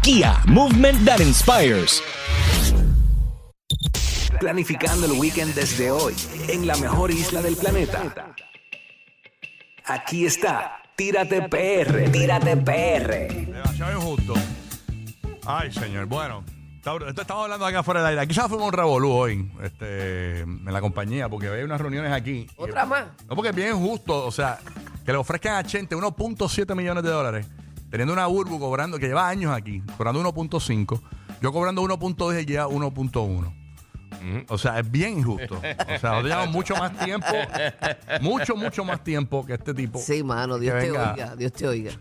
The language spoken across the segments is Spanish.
Kia, movement that inspires. Planificando el weekend desde hoy en la mejor isla del planeta. Aquí está, Tírate PR, Tírate PR. Demasiado injusto. Ay, señor. Bueno, estamos hablando acá afuera del aire. Quizás fuimos un revolú hoy en la compañía porque hay unas reuniones aquí. ¿Otra más? No, porque es bien injusto. O sea, que le ofrezcan a Chente 1.7 millones de dólares, teniendo una Burbu cobrando, que lleva años aquí, cobrando 1.5, yo cobrando 1.10 y lleva 1.1. O sea, es bien injusto. O sea, nosotros llevamos mucho más tiempo, mucho más tiempo que este tipo. Sí, mano, Dios te oiga, Dios te oiga.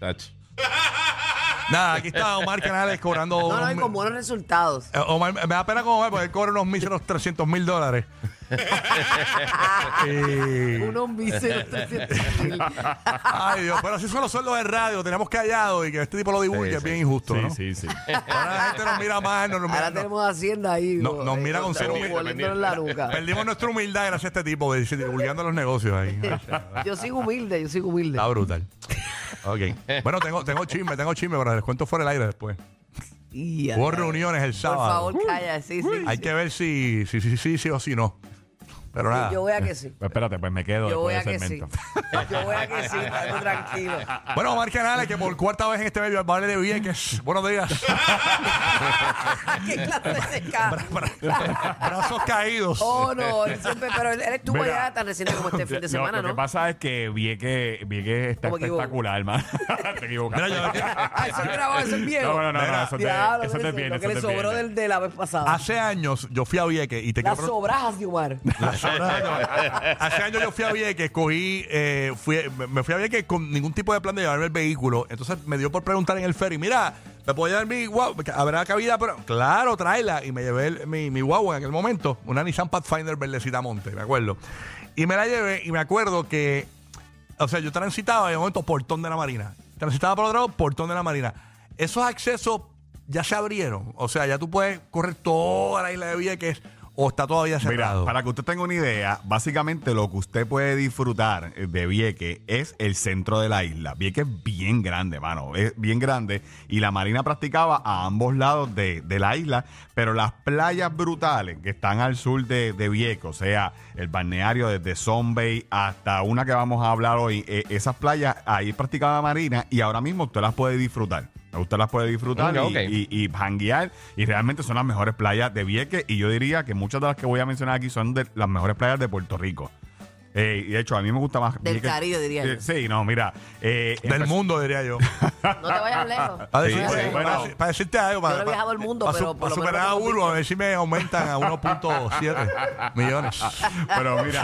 Nada, aquí está Omar Canales cobrando. No, y con buenos resultados. Omar, me da pena con Omar porque él cobra unos míseros $300,000. Unos míseros 300,000. Ay, Dios, pero así son los sueldos de radio. Tenemos callado y que este tipo lo divulgue es bien injusto, ¿no? Sí. Ahora la gente nos mira más. Ahora tenemos Hacienda ahí. Nos mira con cero en la nuca. Perdimos nuestra humildad gracias a este tipo divulgando los negocios ahí. Yo sigo humilde. Está brutal. Ok. Bueno, tengo chisme, pero les cuento fuera del aire después. Hubo reuniones el sábado. Por favor, calla, sí. Hay que ver si o si no. Pero nada. Yo voy a que sí. Pues espérate, pues me quedo. Yo voy a después que del sí. segmento. Yo voy a que sí, estate tranquilo. Bueno, Omar Canales, que por cuarta vez en este medio vale de Vieques. Buenos días. ¿Qué clase de secado? Brazos caídos. Oh, no, él siempre, pero él estuvo ya tan reciente como este fin de semana, Lo que pasa es que Vieques está espectacular, hermano. Te equivocaste. Mira, Eso es grabado, eso es viejo. No, eso te viene. Lo que le sobró de la vez pasada. Hace años yo fui a Vieques y te Las quiero sobrajas de Omar. Hace años yo fui a Vieques, me fui a Vieques con ningún tipo de plan de llevarme el vehículo. Entonces me dio por preguntar en el ferry, mira, ¿me puedo llevar mi guagua? ¿Habrá cabida? Pero, claro, tráela. Y me llevé mi guagua en aquel momento, una Nissan Pathfinder verdecita monte, me acuerdo. Y me la llevé y me acuerdo que, o sea, yo transitaba en un momento Portón de la Marina. Transitaba por otro lado, Portón de la Marina. Esos accesos ya se abrieron. O sea, ya tú puedes correr toda la isla de Vieques. ¿O está todavía cerrado? Mira, para que usted tenga una idea, básicamente lo que usted puede disfrutar de Vieques es el centro de la isla. Vieques es bien grande, mano. Es bien grande. Y la Marina practicaba a ambos lados de la isla, pero las playas brutales que están al sur de Vieques, o sea, el balneario desde Sun Bay hasta una que vamos a hablar hoy, esas playas, ahí practicaba la Marina y ahora mismo usted las puede disfrutar. Usted las puede disfrutar y janguear. Y realmente son las mejores playas de Vieques. Y yo diría que muchas de las que voy a mencionar aquí son de las mejores playas de Puerto Rico. Y de hecho, a mí me gusta más del Caribe, diría yo. Sí, no, mira. Del mundo, diría yo. No te vayas lejos. Para decirte algo. Yo no he viajado al mundo, pero para superar a Burbu, a ver si me aumentan a 1.7 millones. Pero mira,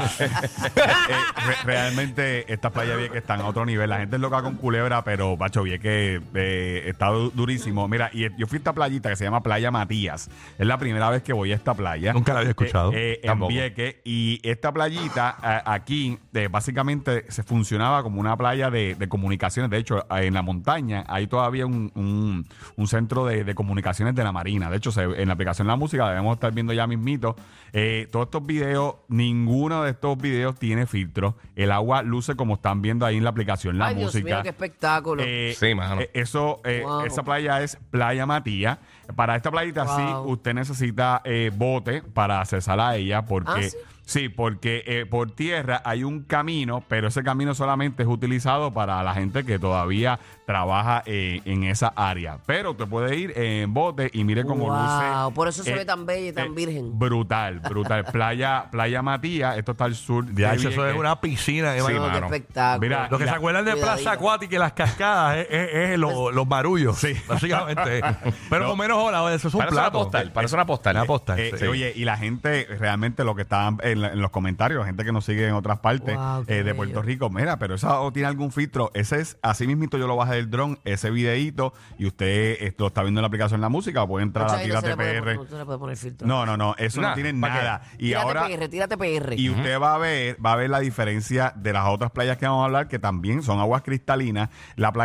realmente estas playas Vieques están a otro nivel. La gente es loca con Culebra, pero Pacho Vieques está durísimo. Mira, y yo fui a esta playita que se llama Playa Matías. Es la primera vez que voy a esta playa. Nunca la había escuchado. En Vieques. Y esta playita aquí básicamente se funcionaba como una playa de comunicaciones. De hecho, en la montaña hay todavía un centro de comunicaciones de la Marina. De hecho, en la aplicación La Música debemos estar viendo ya mismito. Todos estos videos, ninguno de estos videos tiene filtro. El agua luce como están viendo ahí en la aplicación La Música. Dios mío, qué espectáculo. Sí, mano. Esa playa es Playa Matías. Para esta playita sí, usted necesita bote para accesar a ella porque... ¿Sí? Sí, porque por tierra hay un camino, pero ese camino solamente es utilizado para la gente que todavía trabaja en esa área. Pero usted puede ir en bote y mire cómo luce. Por eso se ve tan bella y tan virgen. Brutal. Playa Matías, esto está al sur. Eso es una piscina. Sí, Qué espectáculo. Mira, lo que se acuerdan de Plaza Acuática y las cascadas es los marullos. Sí, básicamente. Pero con menos olas, eso es un plato. Parece una postal. Una postal. Sí. Oye, y la gente realmente lo que estaban en los comentarios, gente que nos sigue en otras partes de Puerto Rico, mira, pero eso tiene algún filtro. Ese es, así mismito yo lo bajé del dron, ese videíto, y usted lo está viendo en la aplicación La Música, o puede entrar a Tírate PR. No se le puede poner filtro. No, eso no tiene nada. Y ahora, Tírate PR. y usted va a ver la diferencia de las otras playas que vamos a hablar, que también son aguas cristalinas. La playa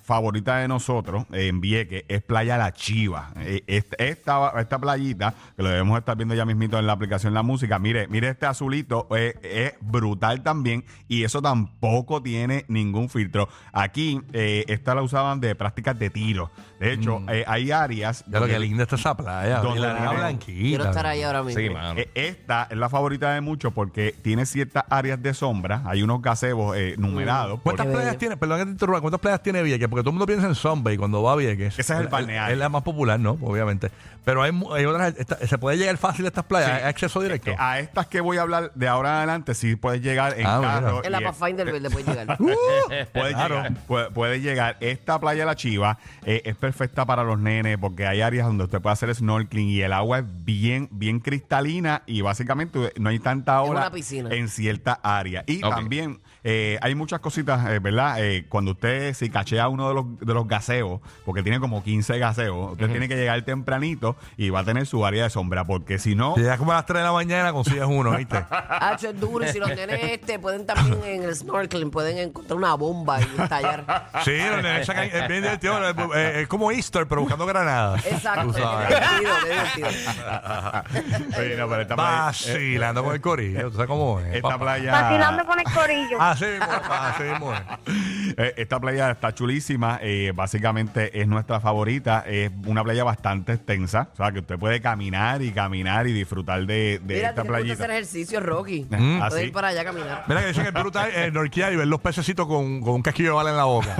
favorita de nosotros en Vieques es Playa La Chiva. Esta playita, que lo debemos estar viendo ya mismito en la aplicación La Música, mire este azulito, es brutal también, y eso tampoco tiene ningún filtro. Aquí, esta la usaban de prácticas de tiro. De hecho, hay áreas... Ya lo que linda está esa playa. Donde Y la arena tiene- blanquita. Quiero estar ahí ahora mismo. Sí, mano. Esta es la favorita de muchos porque tiene ciertas áreas de sombra. Hay unos gazebos numerados. ¿Cuántas Qué playas bello. tiene? Perdón que te interrumpa. ¿Cuántas playas tiene Vieques? Porque todo el mundo piensa en Sunbay cuando va a Vieques. Ese es el balneario. Es la más popular, ¿no? Obviamente. Pero hay otras. ¿Se puede llegar fácil a estas playas? Sí. ¿Hay acceso directo? A estas que voy a hablar de ahora en adelante, sí puedes llegar en Mira. carro. En la y- Pathfinder Verde puede llegar. Puede Claro. llegar, puede llegar. Esta playa La Chiva es perfecta para los nenes porque hay áreas donde usted puede hacer snorkeling y el agua es bien cristalina y básicamente no hay tanta Es ola una piscina. en cierta área. Y Ok. también hay muchas cositas, ¿verdad? Cuando usted si cachea uno de los gaseos, porque tiene como 15 gaseos, usted tiene que llegar tempranito y va a tener su área de sombra porque si no... Si llegas como a las 3 de la mañana, consigues uno, ¿viste? Hacho, es duro. Y si los nenes pueden también en el snorkeling, pueden encontrar una bomba y estallar. Sí, los nenes sacan- es bien divertido. Es como Easter, pero buscando granadas. Exacto. Tú sabes. Qué divertido. Oye, no, pero esta playa, Vacilando con el corillo. ¿Tú sabes cómo es? esta papá? playa... Vacilando con el corillo. Así mismo, papá, así mismo es. Esta playa está chulísima, básicamente es nuestra favorita, es una playa bastante extensa, o sea que usted puede caminar y disfrutar de Mira, esta tienes que playita. hacer ejercicio, Rocky. Mm. Puedes Así. ir para allá a caminar. Mira que dicen que es brutal norquear y ver los pececitos con un casquillo de bala en la boca.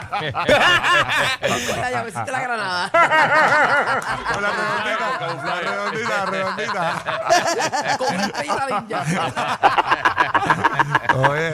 Con la llavecita de la granada. Con la redondita. Con una estrella ninja. Oye,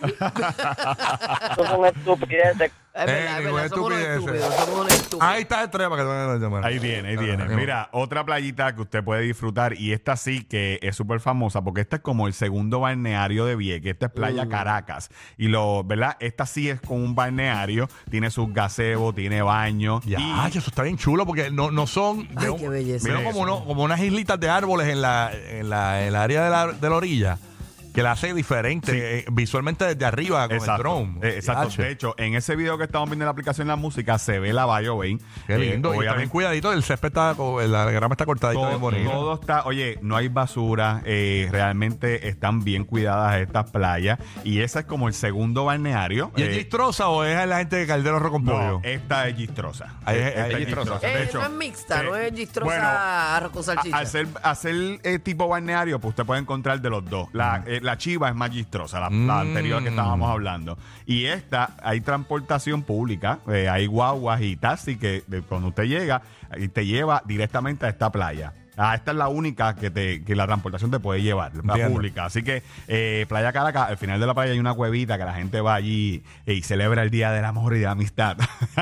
Eso son estupideces. Es verdad, ninguna somos unos estupidez. estúpidos. Somos unos estúpidos. ahí está el tren para que Ahí tiene. Mira, otra playita que usted puede disfrutar y esta sí que es súper famosa porque esta es como el segundo balneario de Vieques. Esta es Playa Caracas. Y ¿verdad? Esta sí es con un balneario, tiene sus gazebos, tiene baño. Ya, eso está bien chulo porque no son. Ay, qué belleza. Veo como unas islitas de árboles en la área de la orilla que la hace diferente visualmente desde arriba con el drone. Exacto. Yache. De hecho, en ese video que estamos viendo en la aplicación La Música se ve la Bayou Bay. Qué lindo. Y también cuidadito, el césped está, la grama está cortadita bien bonita. Todo está, oye, no hay basura, realmente están bien cuidadas estas playas y ese es como el segundo balneario. ¿Y es gistrosa o es la gente de Caldero Rock con Pollo? No, esta es gistrosa. Ahí es- Esta ahí es gistrosa. gistrosa. De hecho, No es mixta, no es gistrosa bueno, arroz con salchicha. Hacer tipo balneario, pues usted puede encontrar de los dos. La Chiva es más gistrosa, la anterior que estábamos hablando. Y esta, hay transportación pública, hay guaguas y taxis que cuando usted llega, te lleva directamente a esta playa. Esta es la única que la transportación te puede llevar, la Entiendo. pública. Así que Playa Caracas, al final de la playa hay una cuevita que la gente va allí y celebra el Día del Amor y de la Amistad.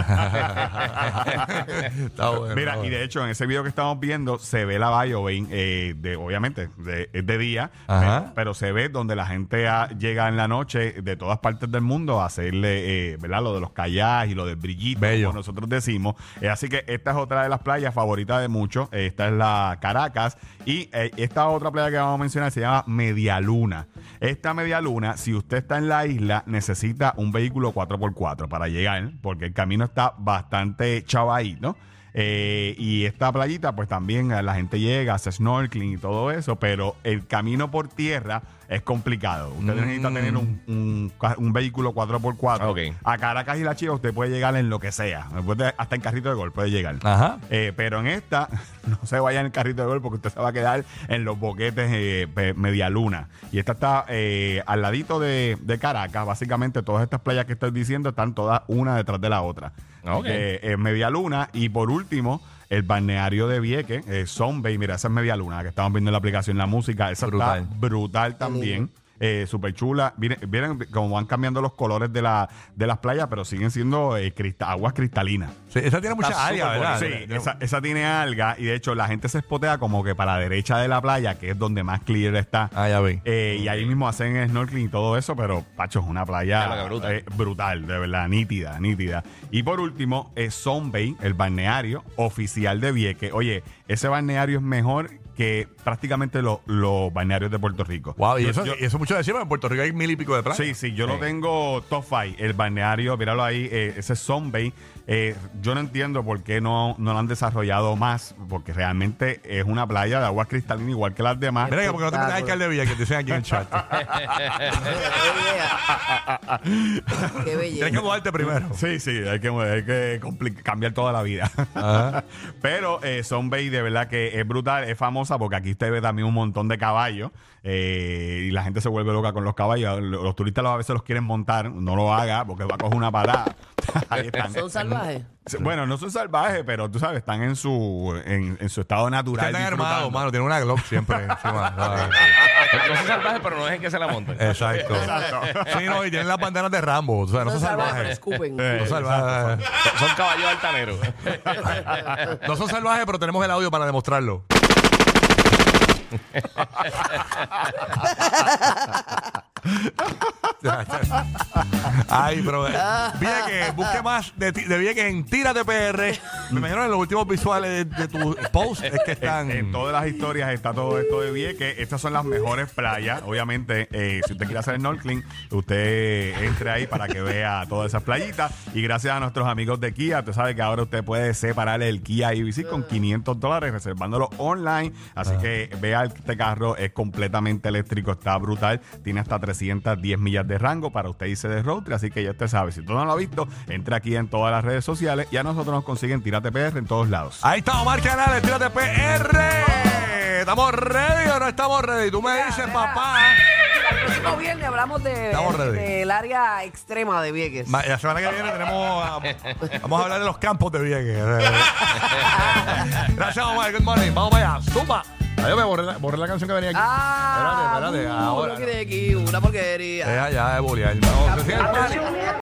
Está bueno. Mira, está y bueno. de hecho en ese video que estamos viendo se ve la Bayou Bay, obviamente es de día, Ajá. pero se ve donde la gente llega en la noche de todas partes del mundo a hacerle, ¿verdad? Lo de los kayaks y lo del brillito, Bello. como nosotros decimos. Así que esta es otra de las playas favoritas de muchos. Esta es la Caracas y esta otra playa que vamos a mencionar se llama Medialuna. Esta Medialuna, si usted está en la isla, necesita un vehículo 4x4 para llegar, porque el camino está bastante chavadito. Y esta playita, pues también la gente llega, hace snorkeling y todo eso, pero el camino por tierra es complicado. Usted necesita tener un vehículo 4x4. Ok. A Caracas y La Chiva usted puede llegar en lo que sea. Hasta en carrito de golf puede llegar. Ajá. Pero en esta, no se vaya en el carrito de golf porque usted se va a quedar en los boquetes Medialuna. Y esta está al ladito de Caracas. Básicamente todas estas playas que estoy diciendo están todas una detrás de la otra. Ok. Medialuna. Y por último, el balneario de Vieques, Sunbay. Mira, esa es Medialuna que estamos viendo en la aplicación La Música. Esa Brutal. está brutal también. Súper chula. Miren cómo van cambiando los colores de las playas, pero siguen siendo aguas cristalinas. Sí, esa tiene mucha Está área, súper ¿verdad? Sí, esa tiene alga y de hecho la gente se espotea como que para la derecha de la playa, que es donde más clear está. Ah, ya vi. Y ahí mismo hacen snorkeling y todo eso, pero Pacho, es una playa Claro que brutal. brutal, de verdad, nítida. Y por último, Sunbay, el balneario oficial de Vieques. Oye, ese balneario es mejor que prácticamente los balnearios de Puerto Rico. Wow, y eso mucho decir, en Puerto Rico hay 1000 y pico de playas. Sí, yo lo tengo top 5. El balneario, míralo ahí, ese es Sun Bay. Yo no entiendo por qué no lo han desarrollado más, porque realmente es una playa de agua cristalina igual que las demás. Mira, porque no te metes a alcalde de Villa, que te dicen aquí en el chat. Qué belleza. Tienes que mudarte primero. Sí, hay que cambiar toda la vida. Ajá. Pero Sun Bay de verdad que es brutal, es famosa porque aquí usted ve también un montón de caballos y la gente se vuelve loca con los caballos. Los turistas a veces los quieren montar, no lo haga porque va a coger una parada. Ahí están. ¿Son salvajes? Bueno, no son salvajes, pero tú sabes, están en su estado natural. Están disfrutando. armados, mano. Tienen una Glock siempre encima. No son salvajes, pero no dejen que se la monten. Exacto. Sí, no, y tienen las bandanas de Rambo. O sea, no son pero salvajes. escupen. No son salvajes. Son caballos altaneros. No son salvajes, pero tenemos el audio para demostrarlo. Ay, pero Vieques, busque más de Vieques en Tírate PR. Me imagino en los últimos visuales de tu post es que están. En todas las historias está todo esto de Vieques. Estas son las mejores playas. Obviamente, si usted quiere hacer snorkeling, usted entre ahí para que vea todas esas playitas. Y gracias a nuestros amigos de Kia, usted sabe que ahora usted puede separar el Kia EV6 con $500 reservándolo online. Así que vea este carro, es completamente eléctrico, está brutal. Tiene hasta 310 millas de rango para usted irse de road trip. Así que ya usted sabe, si usted no lo ha visto, entre aquí en todas las redes sociales y a nosotros nos consiguen Tírate PR en todos lados. Ahí estamos, Omar Canales, Tírate PR. ¿Estamos ready o no estamos ready? Tú me dices, papá. El próximo viernes hablamos del área extrema de Vieques. La semana que viene vamos a hablar de los campos de Vieques. Gracias, Omar. Good morning. Vamos para allá. Zumba. Yo me borré la canción que venía aquí. Espérate. Ahora. Lo que de aquí, una porquería. Ya, de bolear. Vamos,